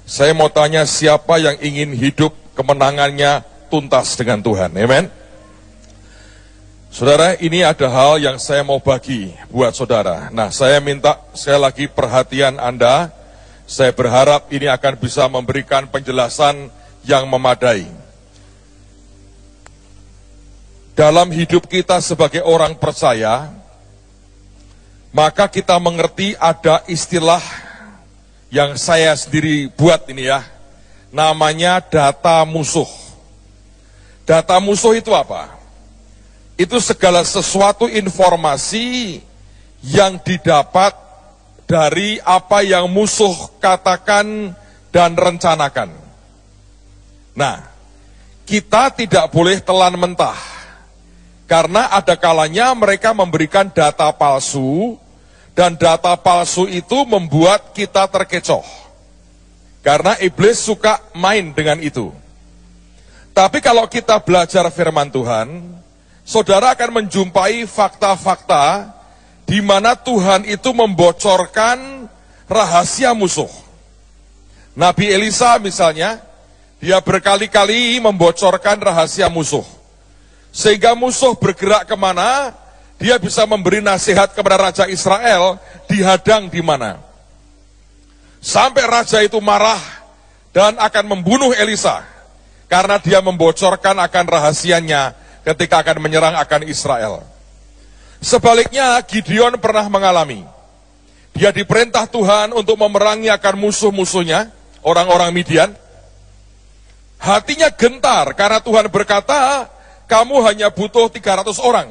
Saya mau tanya, siapa yang ingin hidup kemenangannya tuntas dengan Tuhan? Amen. Saudara, ini ada hal yang saya mau bagi buat saudara. Nah, saya minta sekali lagi perhatian Anda. Saya berharap ini akan bisa memberikan penjelasan yang memadai. Dalam hidup kita sebagai orang percaya, maka kita mengerti ada istilah yang saya sendiri buat ini ya, namanya data musuh. Data musuh itu apa? Itu segala sesuatu informasi yang didapat dari apa yang musuh katakan dan rencanakan. Nah, kita tidak boleh telan mentah, karena ada kalanya mereka memberikan data palsu, dan data palsu itu membuat kita terkecoh. Karena iblis suka main dengan itu. Tapi kalau kita belajar firman Tuhan, saudara akan menjumpai fakta-fakta di mana Tuhan itu membocorkan rahasia musuh. Nabi Elisa misalnya, dia berkali-kali membocorkan rahasia musuh. Sehingga musuh bergerak kemana, dia bisa memberi nasihat kepada Raja Israel, dihadang di mana. Sampai Raja itu marah dan akan membunuh Elisa, karena dia membocorkan akan rahasianya ketika akan menyerang akan Israel. Sebaliknya, Gideon pernah mengalami. Dia diperintah Tuhan untuk memerangi akan musuh-musuhnya, orang-orang Midian. Hatinya gentar karena Tuhan berkata, kamu hanya butuh 300 orang.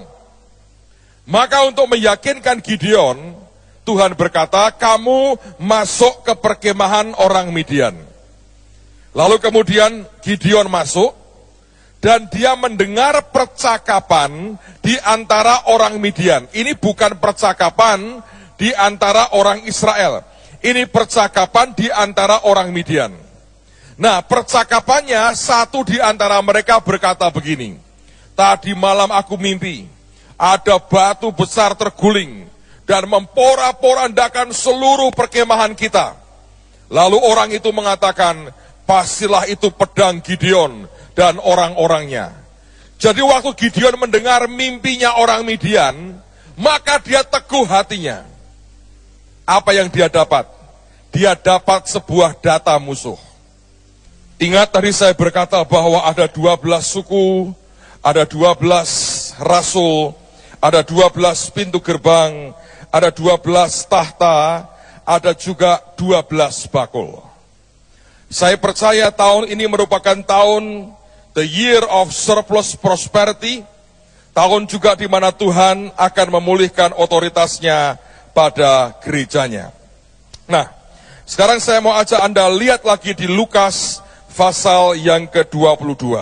Maka untuk meyakinkan Gideon, Tuhan berkata, kamu masuk ke perkemahan orang Midian. Lalu kemudian Gideon masuk, dan dia mendengar percakapan di antara orang Midian. Ini bukan percakapan di antara orang Israel. Ini percakapan di antara orang Midian. Nah, percakapannya satu di antara mereka berkata begini, tadi malam aku mimpi, ada batu besar terguling dan memporak-porandakan seluruh perkemahan kita. Lalu orang itu mengatakan, pastilah itu pedang Gideon dan orang-orangnya. Jadi waktu Gideon mendengar mimpinya orang Midian, maka dia teguh hatinya. Apa yang dia dapat? Dia dapat sebuah data musuh. Ingat tadi saya berkata bahwa ada 12 suku, ada 12 rasul, ada 12 pintu gerbang, ada 12 tahta, ada juga 12 bakul. Saya percaya tahun ini merupakan tahun the year of surplus prosperity, tahun juga di mana Tuhan akan memulihkan otoritasnya pada gerejanya. Nah, sekarang saya mau ajak Anda lihat lagi di Lukas pasal yang ke-22.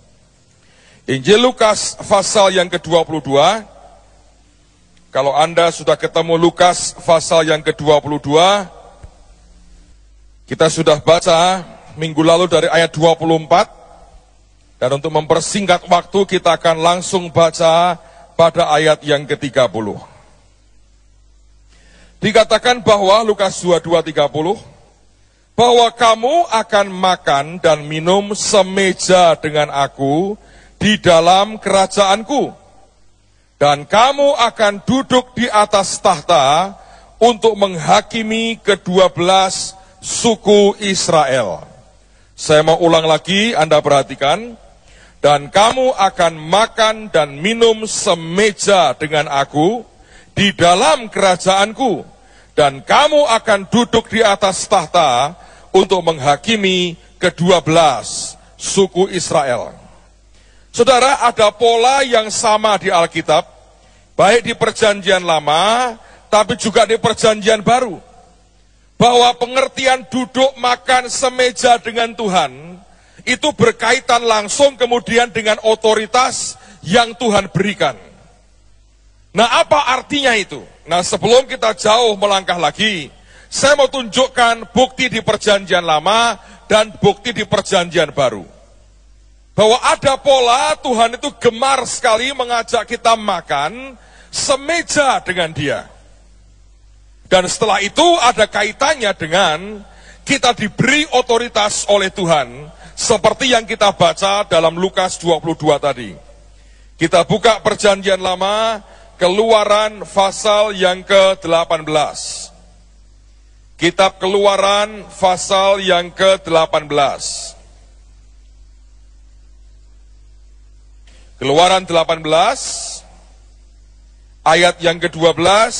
Injil Lukas pasal yang ke-22. Kalau Anda sudah ketemu Lukas pasal yang ke-22, kita sudah baca minggu lalu dari ayat 24, dan untuk mempersingkat waktu kita akan langsung baca pada ayat yang ke-30. Dikatakan bahwa Lukas 22:30, bahwa kamu akan makan dan minum semeja dengan aku di dalam kerajaanku, dan kamu akan duduk di atas tahta untuk menghakimi ke-12 suku Israel. Saya mau ulang lagi, Anda perhatikan. Dan kamu akan makan dan minum semeja dengan aku di dalam kerajaanku, dan kamu akan duduk di atas tahta untuk menghakimi ke-12 suku Israel. Saudara, ada pola yang sama di Alkitab, baik di perjanjian lama, tapi juga di perjanjian baru. Bahwa pengertian duduk makan semeja dengan Tuhan, itu berkaitan langsung kemudian dengan otoritas yang Tuhan berikan. Nah, apa artinya itu? Nah, sebelum kita jauh melangkah lagi, saya mau tunjukkan bukti di perjanjian lama dan bukti di perjanjian baru. Bahwa ada pola Tuhan itu gemar sekali mengajak kita makan semeja dengan Dia. Dan setelah itu ada kaitannya dengan Kita diberi otoritas oleh Tuhan, seperti yang kita baca dalam Lukas 22 tadi. Kita buka perjanjian lama, Keluaran pasal yang ke-18. Kitab Keluaran pasal yang ke-18. Keluaran 18, ayat yang ke-12,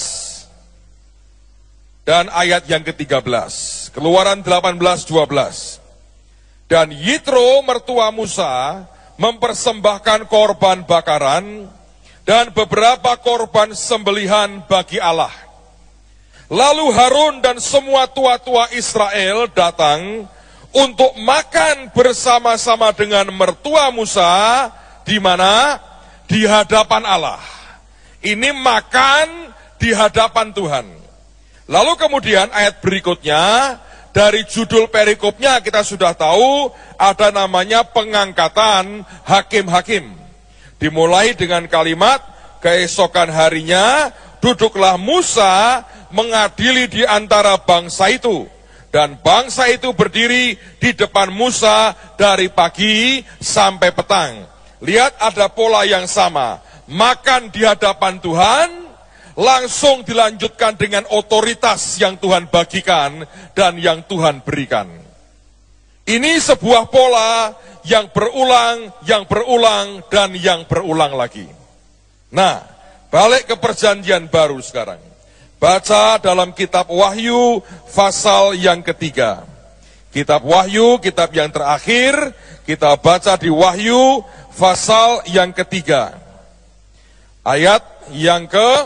dan ayat yang ke-13. Keluaran 18:12. Dan Yitro mertua Musa mempersembahkan korban bakaran dan beberapa korban sembelihan bagi Allah. Lalu Harun dan semua tua-tua Israel datang untuk makan bersama-sama dengan mertua Musa, di mana? Di hadapan Allah. Ini makan di hadapan Tuhan. Lalu kemudian ayat berikutnya, dari judul perikopnya kita sudah tahu, ada namanya pengangkatan hakim-hakim. Dimulai dengan kalimat, keesokan harinya, duduklah Musa mengadili di antara bangsa itu. Dan bangsa itu berdiri di depan Musa dari pagi sampai petang. Lihat, ada pola yang sama. Makan di hadapan Tuhan, langsung dilanjutkan dengan otoritas yang Tuhan bagikan dan yang Tuhan berikan. Ini sebuah pola yang berulang, dan yang berulang lagi. Nah, balik ke perjanjian baru sekarang. Baca dalam kitab Wahyu pasal yang ketiga. Kitab Wahyu, kitab yang terakhir, kita baca di Wahyu pasal yang ketiga. Ayat yang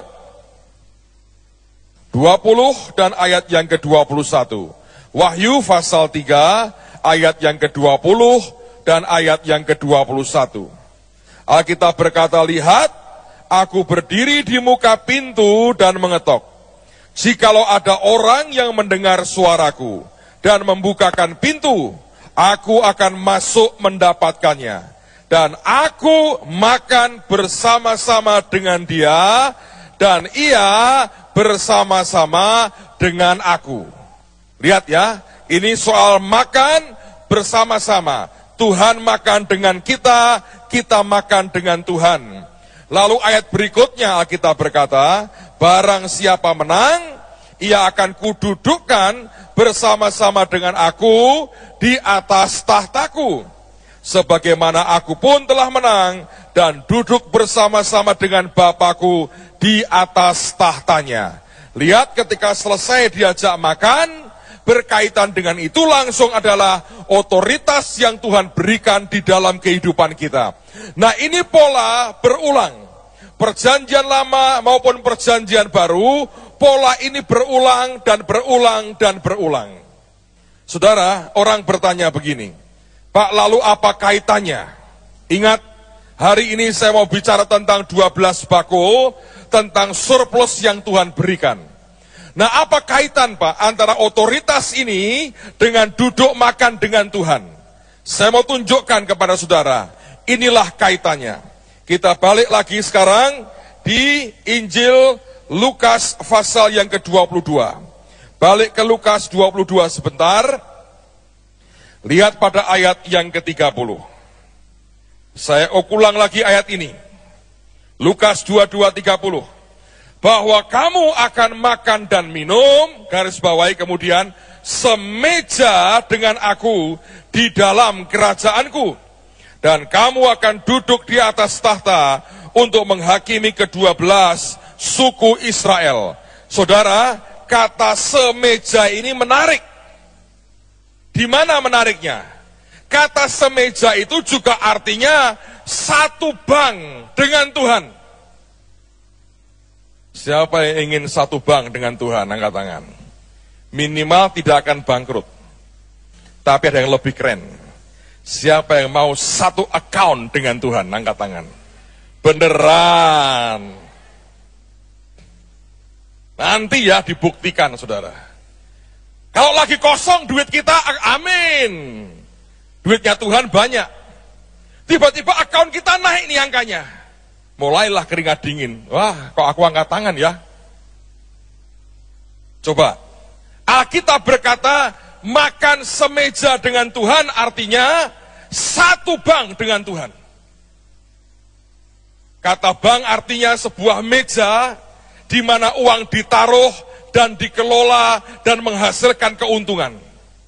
ke-20 dan ayat yang ke-21. Wahyu pasal 3, ayat yang ke-20 dan ayat yang ke-21. Alkitab berkata, lihat, aku berdiri di muka pintu dan mengetok. Jikalau ada orang yang mendengar suaraku dan membukakan pintu, aku akan masuk mendapatkannya. Dan aku makan bersama-sama dengan dia, dan ia bersama-sama dengan aku. Lihat ya, ini soal makan bersama-sama. Tuhan makan dengan kita, kita makan dengan Tuhan. Lalu ayat berikutnya Alkitab berkata, barang siapa menang, ia akan kududukkan bersama-sama dengan aku di atas tahtaku. Sebagaimana aku pun telah menang dan duduk bersama-sama dengan Bapakku di atas tahtanya. Lihat, ketika selesai diajak makan, berkaitan dengan itu langsung adalah otoritas yang Tuhan berikan di dalam kehidupan kita. Nah, ini pola berulang. Perjanjian lama maupun perjanjian baru, pola ini berulang dan berulang dan berulang. Saudara, orang bertanya begini, Pak, lalu apa kaitannya? Ingat, hari ini saya mau bicara tentang 12 bako, tentang surplus yang Tuhan berikan. Nah, apa kaitan, Pak, antara otoritas ini dengan duduk makan dengan Tuhan? Saya mau tunjukkan kepada saudara, inilah kaitannya. Kita balik lagi sekarang di Injil Lukas pasal yang ke-22. Balik ke Lukas 22 sebentar. Lihat pada ayat yang ke-30. Saya ulang lagi ayat ini. Lukas 22:30. Bahwa kamu akan makan dan minum, garis bawahi kemudian, semeja dengan aku di dalam kerajaanku. Dan kamu akan duduk di atas tahta untuk menghakimi ke-12 suku Israel. Saudara, kata semeja ini menarik. Di mana menariknya? Kata semeja itu juga artinya satu bank dengan Tuhan. Siapa yang ingin satu bank dengan Tuhan? Angkat tangan. Minimal tidak akan bangkrut. Tapi ada yang lebih keren. Siapa yang mau satu account dengan Tuhan? Angkat tangan. Beneran. Nanti ya dibuktikan, saudara. Kalau lagi kosong duit kita, amin. Duitnya Tuhan banyak. Tiba-tiba akun kita naik nih angkanya. Mulailah keringat dingin. Wah, kok aku angkat tangan ya? Coba. Alkitab berkata, makan semeja dengan Tuhan artinya satu bank dengan Tuhan. Kata bank artinya sebuah meja di mana uang ditaruh dan dikelola dan menghasilkan keuntungan.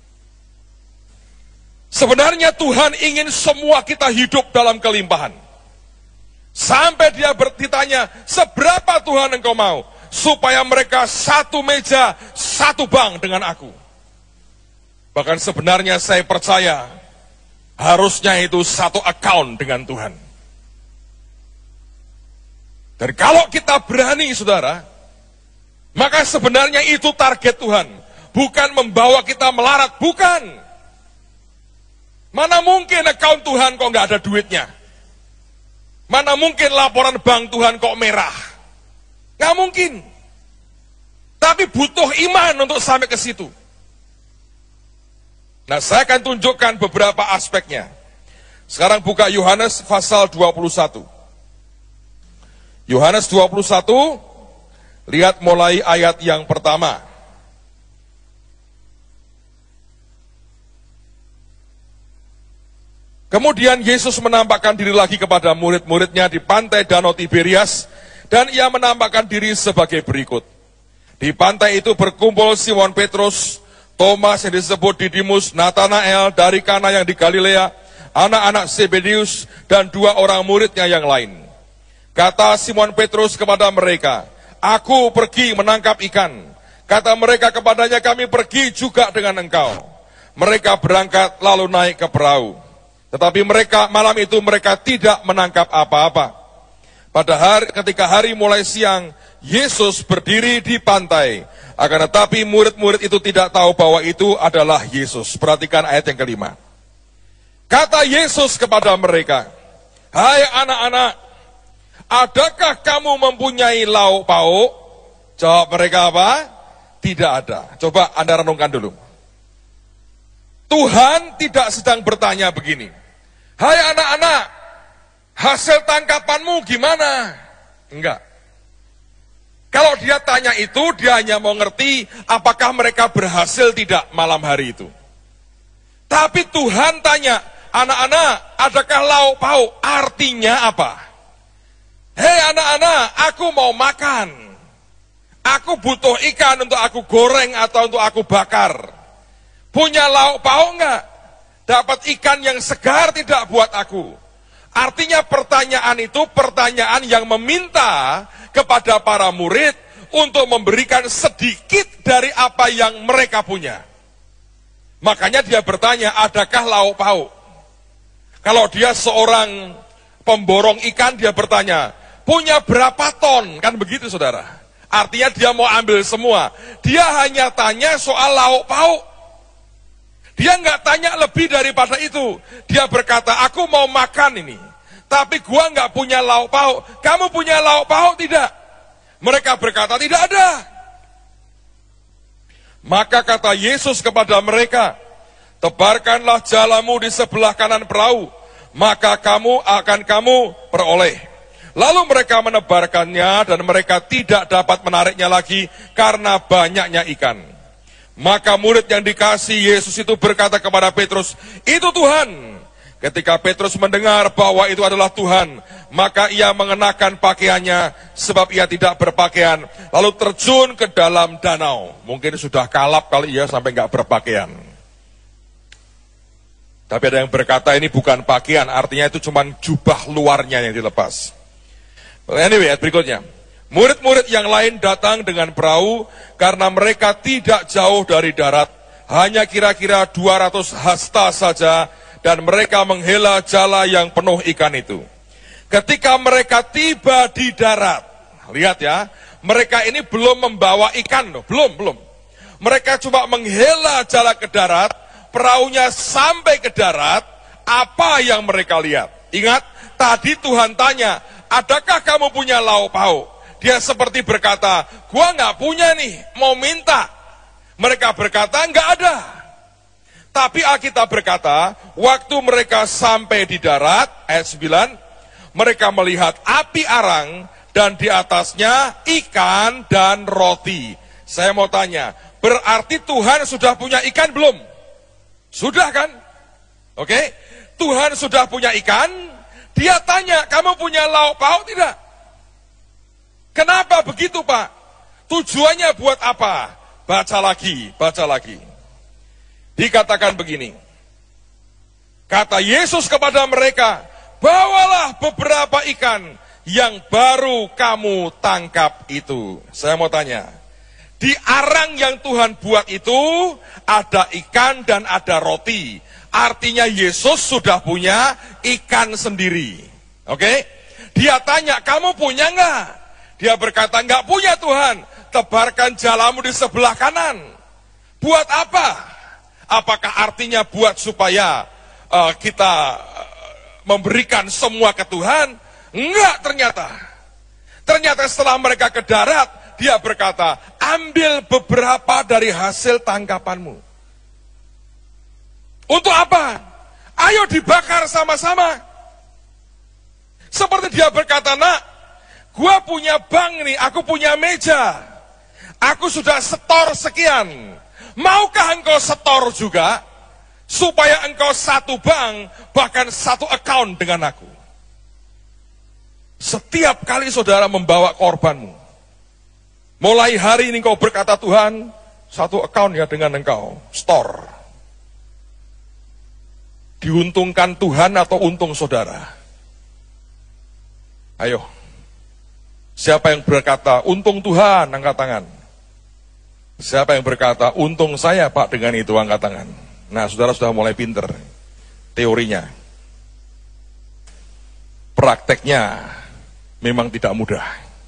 Sebenarnya Tuhan ingin semua kita hidup dalam kelimpahan. Sampai dia ditanya, seberapa Tuhan engkau mau? Supaya mereka satu meja, satu bank dengan aku. Bahkan sebenarnya saya percaya, harusnya itu satu account dengan Tuhan. Dan kalau kita berani, saudara, maka sebenarnya itu target Tuhan. Bukan membawa kita melarat, bukan. Mana mungkin account Tuhan kok nggak ada duitnya? Mana mungkin laporan bank Tuhan kok merah? Nggak mungkin. Tapi butuh iman untuk sampai ke situ. Nah, saya akan tunjukkan beberapa aspeknya. Sekarang buka Yohanes pasal 21. Yohanes 21, lihat mulai ayat yang pertama. Kemudian Yesus menampakkan diri lagi kepada murid-muridnya di pantai Danau Tiberias, dan ia menampakkan diri sebagai berikut. Di pantai itu berkumpul Simon Petrus, Thomas yang disebut Didimus, Nathanael dari Kana yang di Galilea, anak-anak Zebedeus, dan dua orang muridnya yang lain. Kata Simon Petrus kepada mereka, aku pergi menangkap ikan. Kata mereka kepadanya, kami pergi juga dengan engkau. Mereka berangkat lalu naik ke perahu. Tetapi malam itu mereka tidak menangkap apa-apa. Ketika hari mulai siang, Yesus berdiri di pantai. Akan tetapi murid-murid itu tidak tahu bahwa itu adalah Yesus. Perhatikan ayat yang kelima. Kata Yesus kepada mereka, hai anak-anak, adakah kamu mempunyai lauk pauk? Jawab mereka apa? Tidak ada. Coba Anda renungkan dulu. Tuhan tidak sedang bertanya begini, hai anak-anak, hasil tangkapanmu gimana? Enggak. Kalau dia tanya itu, dia hanya mau ngerti apakah mereka berhasil tidak malam hari itu. Tapi Tuhan tanya, anak-anak, adakah lauk pauk? Artinya apa? Hei anak-anak, aku mau makan. Aku butuh ikan untuk aku goreng atau untuk aku bakar. Punya lauk pauk enggak? Dapat ikan yang segar tidak buat aku? Artinya pertanyaan itu pertanyaan yang meminta kepada para murid untuk memberikan sedikit dari apa yang mereka punya. Makanya dia bertanya, adakah lauk pauk? Kalau dia seorang pemborong ikan, dia bertanya, punya berapa ton? Kan begitu saudara. Artinya dia mau ambil semua. Dia hanya tanya soal lauk pauk. Dia nggak tanya lebih daripada itu. Dia berkata, aku mau makan ini. Tapi gua nggak punya lauk pauk. Kamu punya lauk pauk tidak? Mereka berkata, tidak ada. Maka kata Yesus kepada mereka, tebarkanlah jalamu di sebelah kanan perahu, maka kamu peroleh. Lalu mereka menebarkannya dan mereka tidak dapat menariknya lagi karena banyaknya ikan. Maka murid yang dikasihi Yesus itu berkata kepada Petrus, itu Tuhan. Ketika Petrus mendengar bahwa itu adalah Tuhan, maka ia mengenakan pakaiannya sebab ia tidak berpakaian, lalu terjun ke dalam danau. Mungkin sudah kalap kali ya sampai nggak berpakaian. Tapi ada yang berkata ini bukan pakaian, artinya itu cuma jubah luarnya yang dilepas. Anyway, ayat berikutnya. Murid-murid yang lain datang dengan perahu karena mereka tidak jauh dari darat, hanya kira-kira 200 hasta saja, dan mereka menghela jala yang penuh ikan itu. Ketika mereka tiba di darat, lihat ya, mereka ini belum membawa ikan, belum. Mereka cuma menghela jala ke darat, perahunya sampai ke darat, apa yang mereka lihat? Ingat, tadi Tuhan tanya, adakah kamu punya lauk pauk? Dia seperti berkata, gua nggak punya nih, mau minta. Mereka berkata, nggak ada. Tapi Alkitab berkata, waktu mereka sampai di darat, ayat 9, mereka melihat api arang dan di atasnya ikan dan roti. Saya mau tanya, Berarti Tuhan sudah punya ikan belum? Sudah kan? Oke, Tuhan sudah punya ikan, dia tanya, kamu punya lauk pauk tidak? Kenapa begitu Pak? Tujuannya buat apa? Baca lagi, baca lagi. Dikatakan begini, kata Yesus kepada mereka, bawalah beberapa ikan yang baru kamu tangkap itu. Saya mau tanya, di arang yang Tuhan buat itu ada ikan dan ada roti. Artinya Yesus sudah punya ikan sendiri. Oke? Dia tanya, kamu punya enggak? Dia berkata, enggak punya Tuhan. Tebarkan jalamu di sebelah kanan. Buat apa? Apakah artinya buat supaya kita memberikan semua ke Tuhan? Enggak ternyata. Ternyata setelah mereka ke darat, dia berkata, ambil beberapa dari hasil tangkapanmu. Untuk apa? Ayo dibakar sama-sama. Seperti dia berkata, nak, gua punya bank nih, aku punya meja. Aku sudah setor sekian. Maukah engkau setor juga? Supaya engkau satu bank, bahkan satu account dengan aku. Setiap kali saudara membawa korbanmu, mulai hari ini kau berkata, Tuhan, satu account ya dengan engkau, store. Diuntungkan Tuhan atau untung saudara? Ayo, siapa yang berkata, untung Tuhan, angkat tangan. Siapa yang berkata, untung saya Pak dengan itu, angkat tangan. Nah, saudara sudah mulai pinter teorinya. Prakteknya memang tidak mudah.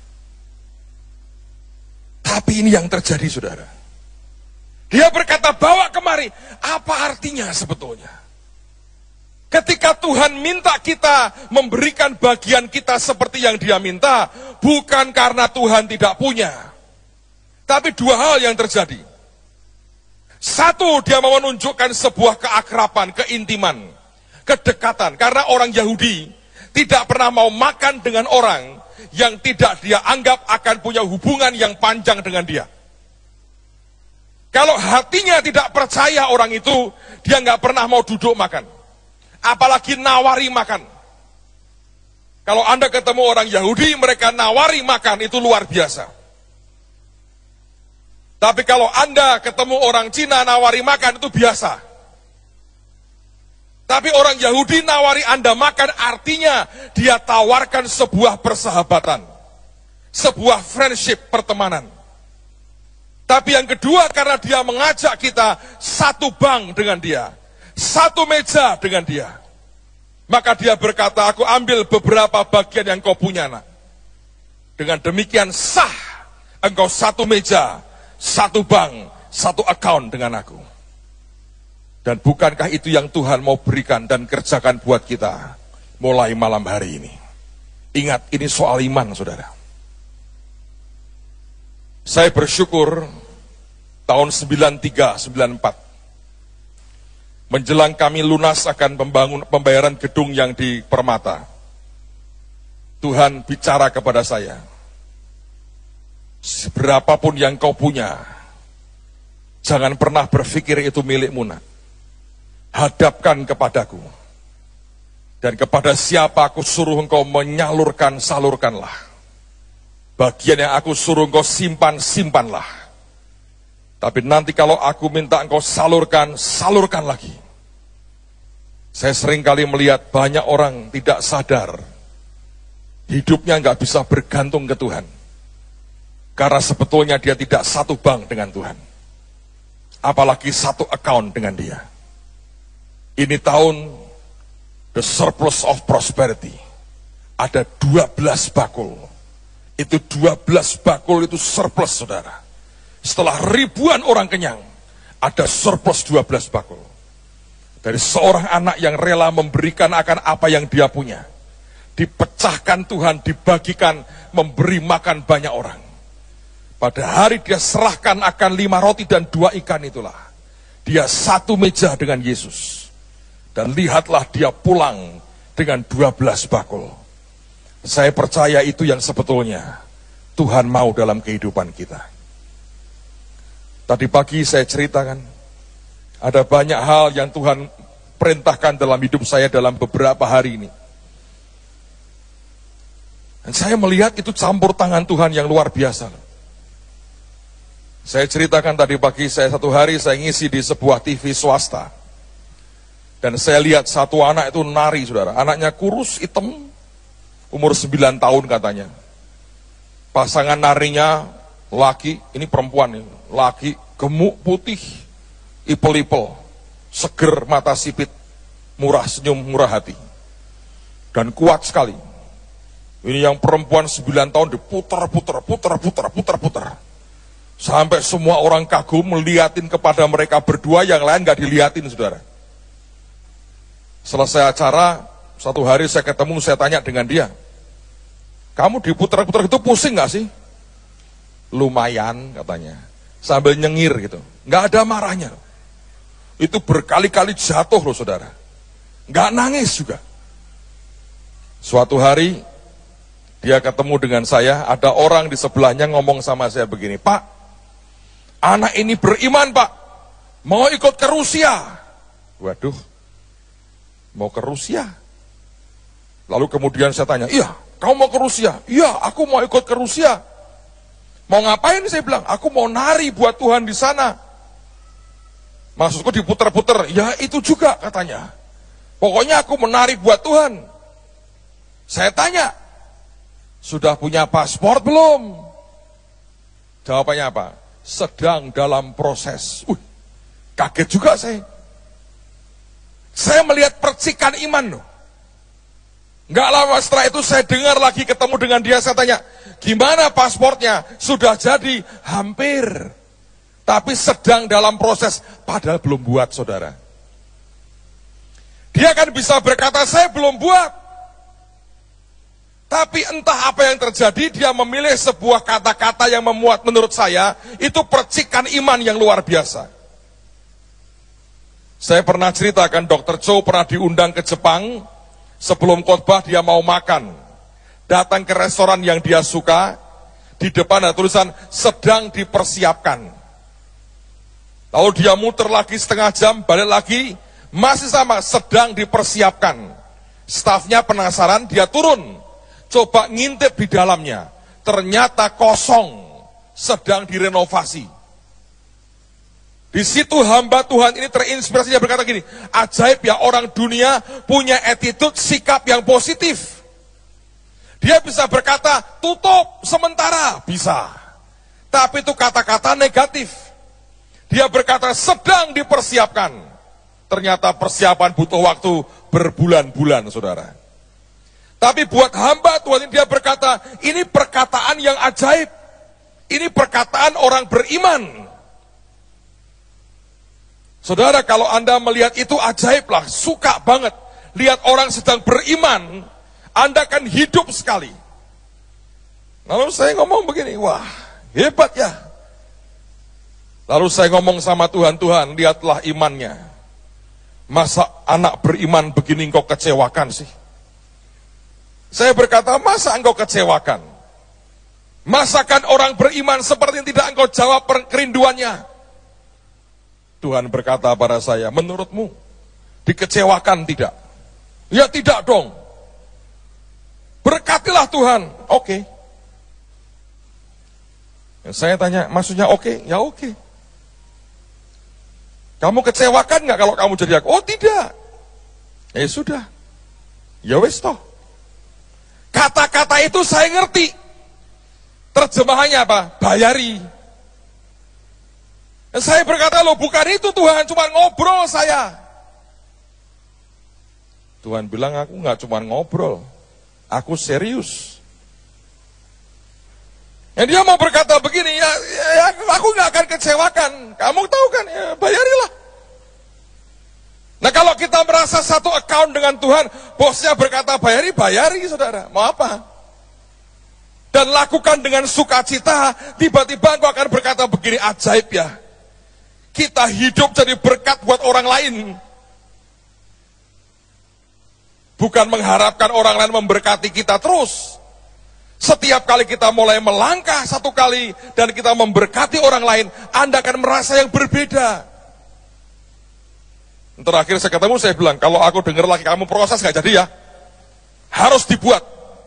Tapi ini yang terjadi, saudara. Dia berkata, bawa kemari. Apa artinya sebetulnya? Ketika Tuhan minta kita memberikan bagian kita seperti yang dia minta, bukan karena Tuhan tidak punya. Tapi dua hal yang terjadi. Satu, dia mau menunjukkan sebuah keakraban, keintiman, kedekatan. Karena orang Yahudi tidak pernah mau makan dengan orang yang tidak dia anggap akan punya hubungan yang panjang dengan dia. Kalau hatinya tidak percaya orang itu, dia nggak pernah mau duduk makan. Apalagi nawari makan. Kalau Anda ketemu orang Yahudi, mereka nawari makan, itu luar biasa. Tapi kalau Anda ketemu orang Cina nawari makan, itu biasa. Tapi orang Yahudi nawari Anda makan, artinya dia tawarkan sebuah persahabatan. Sebuah friendship, pertemanan. Tapi yang kedua, karena dia mengajak kita satu bank dengan dia. Satu meja dengan dia. Maka dia berkata, aku ambil beberapa bagian yang kau punya, nak. Dengan demikian sah engkau satu meja, satu bank, satu account dengan aku. Dan bukankah itu yang Tuhan mau berikan dan kerjakan buat kita mulai malam hari ini? Ingat, ini soal iman, saudara. Saya bersyukur tahun 93-94 menjelang kami lunas akan pembayaran gedung yang di Permata. Tuhan bicara kepada saya, seberapapun yang kau punya, jangan pernah berpikir itu milikmu, nak. Hadapkan kepadaku. Dan kepada siapa aku suruh engkau menyalurkan, salurkanlah. Bagian yang aku suruh engkau simpan, simpanlah. Tapi nanti kalau aku minta engkau salurkan, salurkan lagi. Saya sering kali melihat banyak orang tidak sadar. Hidupnya nggak bisa bergantung ke Tuhan. Karena sebetulnya dia tidak satu bank dengan Tuhan. Apalagi satu account dengan dia. Ini tahun the surplus of prosperity. Ada 12 bakul. Itu 12 bakul itu surplus, saudara. Setelah ribuan orang kenyang, ada surplus 12 bakul. Dari seorang anak yang rela memberikan akan apa yang dia punya. Dipecahkan Tuhan, dibagikan, memberi makan banyak orang. Pada hari dia serahkan akan 5 roti dan 2 ikan itulah. Dia satu meja dengan Yesus. Dan lihatlah dia pulang dengan 12 bakul. Saya percaya itu yang sebetulnya Tuhan mau dalam kehidupan kita. Tadi pagi saya ceritakan, ada banyak hal yang Tuhan perintahkan dalam hidup saya dalam beberapa hari ini. Dan saya melihat itu campur tangan Tuhan yang luar biasa. Saya ceritakan tadi pagi, satu hari saya ngisi di sebuah TV swasta. Dan saya lihat satu anak itu nari, saudara. Anaknya kurus, hitam, umur 9 tahun katanya. Pasangan narinya laki, ini perempuan, laki, gemuk, putih, ipel-ipel, seger, mata sipit, murah senyum, murah hati. Dan kuat sekali. Ini yang perempuan 9 tahun diputar. Sampai semua orang kagum melihatin kepada mereka berdua, yang lain gak dilihatin, saudara. Selesai acara, satu hari saya ketemu, saya tanya dengan dia, kamu diputar-putar gitu pusing gak sih? Lumayan katanya, sambil nyengir gitu, gak ada marahnya. Itu berkali-kali jatuh loh saudara, gak nangis juga. Suatu hari, dia ketemu dengan saya, ada orang di sebelahnya ngomong sama saya begini, Pak, anak ini beriman Pak, mau ikut ke Rusia. Waduh, mau ke Rusia? Lalu kemudian saya tanya, iya, kamu mau ke Rusia? Iya, aku mau ikut ke Rusia. Mau ngapain? Saya bilang, aku mau nari buat Tuhan di sana. Maksudku diputer-puter, ya itu juga katanya. Pokoknya aku menari buat Tuhan. Saya tanya, sudah punya paspor belum? Jawabannya apa? Sedang dalam proses. Kaget juga saya. Saya melihat percikan iman loh. Nggak lama setelah itu saya dengar lagi, ketemu dengan dia, saya tanya, gimana paspornya? Sudah jadi? Hampir. Tapi sedang dalam proses, padahal belum buat saudara. Dia kan bisa berkata, saya belum buat. Tapi entah apa yang terjadi, dia memilih sebuah kata-kata yang memuat menurut saya, itu percikan iman yang luar biasa. Saya pernah ceritakan, Dr. Cho pernah diundang ke Jepang, sebelum khotbah dia mau makan. Datang ke restoran yang dia suka, di depan ada tulisan, sedang dipersiapkan. Lalu dia muter lagi setengah jam, balik lagi, masih sama, sedang dipersiapkan. Stafnya penasaran, dia turun, coba ngintip di dalamnya. Ternyata kosong, sedang direnovasi. Di situ hamba Tuhan ini terinspirasi, dia berkata gini, ajaib ya orang dunia punya attitude, sikap yang positif. Dia bisa berkata, tutup sementara, bisa. Tapi itu kata-kata negatif. Dia berkata, sedang dipersiapkan. Ternyata persiapan butuh waktu berbulan-bulan, saudara. Tapi buat hamba Tuhan ini, dia berkata, ini perkataan yang ajaib. Ini perkataan orang beriman. Saudara, kalau Anda melihat itu ajaib lah, suka banget. Lihat orang sedang beriman, Anda kan hidup sekali. Lalu saya ngomong begini, wah hebat ya. Lalu saya ngomong sama Tuhan, Tuhan lihatlah imannya. Masa anak beriman begini engkau kecewakan sih? Saya berkata, masa engkau kecewakan? Masakan orang beriman seperti yang tidak engkau jawab kerinduannya? Tuhan berkata pada saya, menurutmu dikecewakan tidak? Ya tidak dong. Berkatilah Tuhan. Oke. Saya tanya, maksudnya oke? Ya oke. Kamu kecewakan nggak kalau kamu jadi aku? Oh tidak. Ya sudah. Ya wes toh. Kata-kata itu saya ngerti. Terjemahannya apa? Bayari. Saya berkata, loh bukan itu Tuhan, cuma ngobrol saya. Tuhan bilang, aku nggak cuma ngobrol, aku serius. Dia mau berkata begini, ya aku nggak akan kecewakan, kamu tahu kan, ya bayarilah. Nah kalau kita merasa satu account dengan Tuhan, bosnya berkata bayari saudara, mau apa? Dan lakukan dengan sukacita, tiba-tiba aku akan berkata begini, ajaib ya. Kita hidup jadi berkat buat orang lain. Bukan mengharapkan orang lain memberkati kita terus. Setiap kali kita mulai melangkah satu kali dan kita memberkati orang lain, Anda akan merasa yang berbeda. Terakhir saya ketemu, saya bilang, kalau aku dengar lagi kamu proses gak jadi ya, harus dibuat.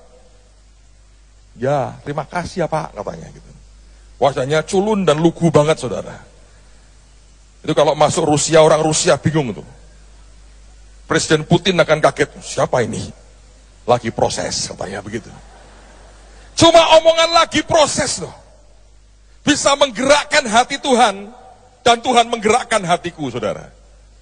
Ya, terima kasih ya Pak, katanya gitu. Wajahnya culun dan lugu banget, saudara. Itu kalau masuk Rusia, orang Rusia bingung itu. Presiden Putin akan kaget, siapa ini? Lagi proses, katanya begitu. Cuma omongan lagi proses loh. Bisa menggerakkan hati Tuhan, dan Tuhan menggerakkan hatiku, saudara.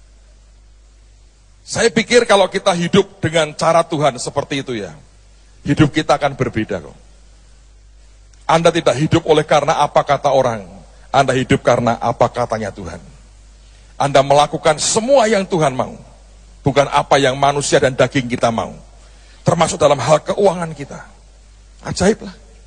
Saya pikir kalau kita hidup dengan cara Tuhan seperti itu ya, hidup kita akan berbeda kok. Anda tidak hidup oleh karena apa kata orang, Anda hidup karena apa katanya Tuhan. Anda melakukan semua yang Tuhan mau, bukan apa yang manusia dan daging kita mau. Termasuk dalam hal keuangan kita. Ajaib lah.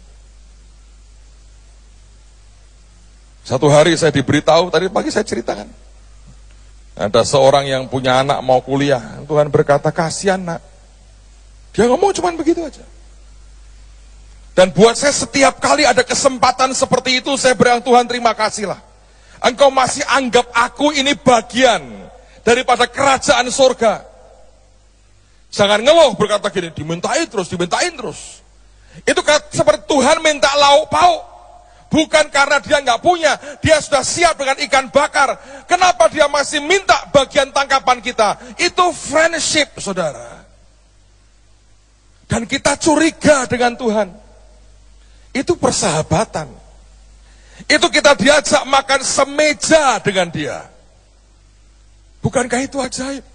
Satu hari saya diberitahu, tadi pagi saya ceritakan. Ada seorang yang punya anak mau kuliah. Tuhan berkata, kasihan nak. Dia ngomong cuma begitu aja. Dan buat saya setiap kali ada kesempatan seperti itu, saya bilang, Tuhan terima kasih lah. Engkau masih anggap aku ini bagian daripada kerajaan surga. Jangan ngeluh berkata gini, dimintain terus. Itu seperti Tuhan minta lauk pauk. Bukan karena dia nggak punya, dia sudah siap dengan ikan bakar. Kenapa dia masih minta bagian tangkapan kita? Itu friendship, saudara. Dan kita curiga dengan Tuhan. Itu persahabatan. Itu kita diajak makan semeja dengan dia. Bukankah itu ajaib?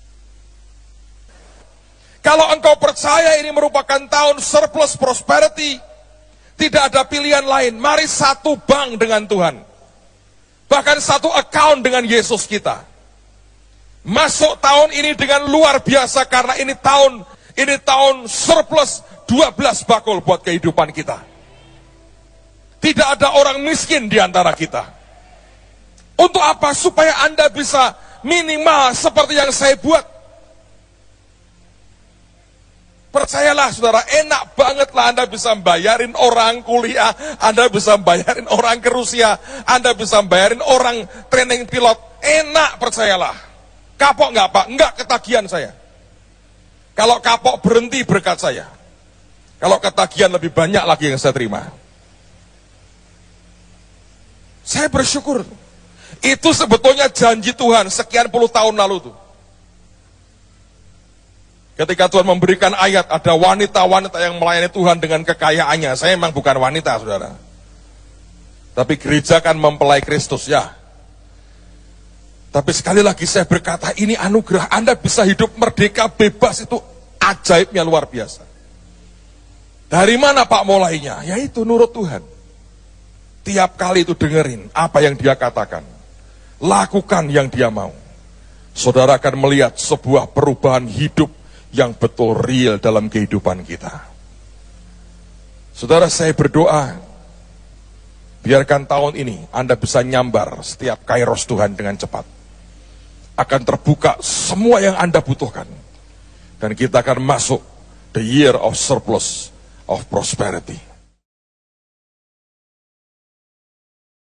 Kalau engkau percaya ini merupakan tahun surplus prosperity, tidak ada pilihan lain. Mari satu bank dengan Tuhan. Bahkan satu account dengan Yesus kita. Masuk tahun ini dengan luar biasa karena ini tahun surplus 12 bakul buat kehidupan kita. Tidak ada orang miskin di antara kita. Untuk apa? Supaya Anda bisa minimal seperti yang saya buat. Percayalah saudara, enak banget lah Anda bisa bayarin orang kuliah, Anda bisa bayarin orang ke Rusia, Anda bisa bayarin orang training pilot. Enak, percayalah. Kapok nggak Pak? Nggak, ketagihan saya. Kalau kapok berhenti berkat saya. Kalau ketagihan lebih banyak lagi yang saya terima. Saya bersyukur. Itu sebetulnya janji Tuhan sekian puluh tahun lalu tuh. Ketika Tuhan memberikan ayat, ada wanita-wanita yang melayani Tuhan dengan kekayaannya. Saya memang bukan wanita, saudara. Tapi gereja kan mempelai Kristus, ya. Tapi sekali lagi saya berkata, ini anugerah. Anda bisa hidup merdeka, bebas, itu ajaibnya luar biasa. Dari mana Pak mulainya? Yaitu nurut Tuhan. Tiap kali itu dengerin apa yang dia katakan. Lakukan yang dia mau. Saudara akan melihat sebuah perubahan hidup yang betul real dalam kehidupan kita. Saudara, saya berdoa, biarkan tahun ini Anda bisa nyambar setiap kairos Tuhan dengan cepat. Akan terbuka semua yang Anda butuhkan. Dan kita akan masuk the year of surplus of prosperity.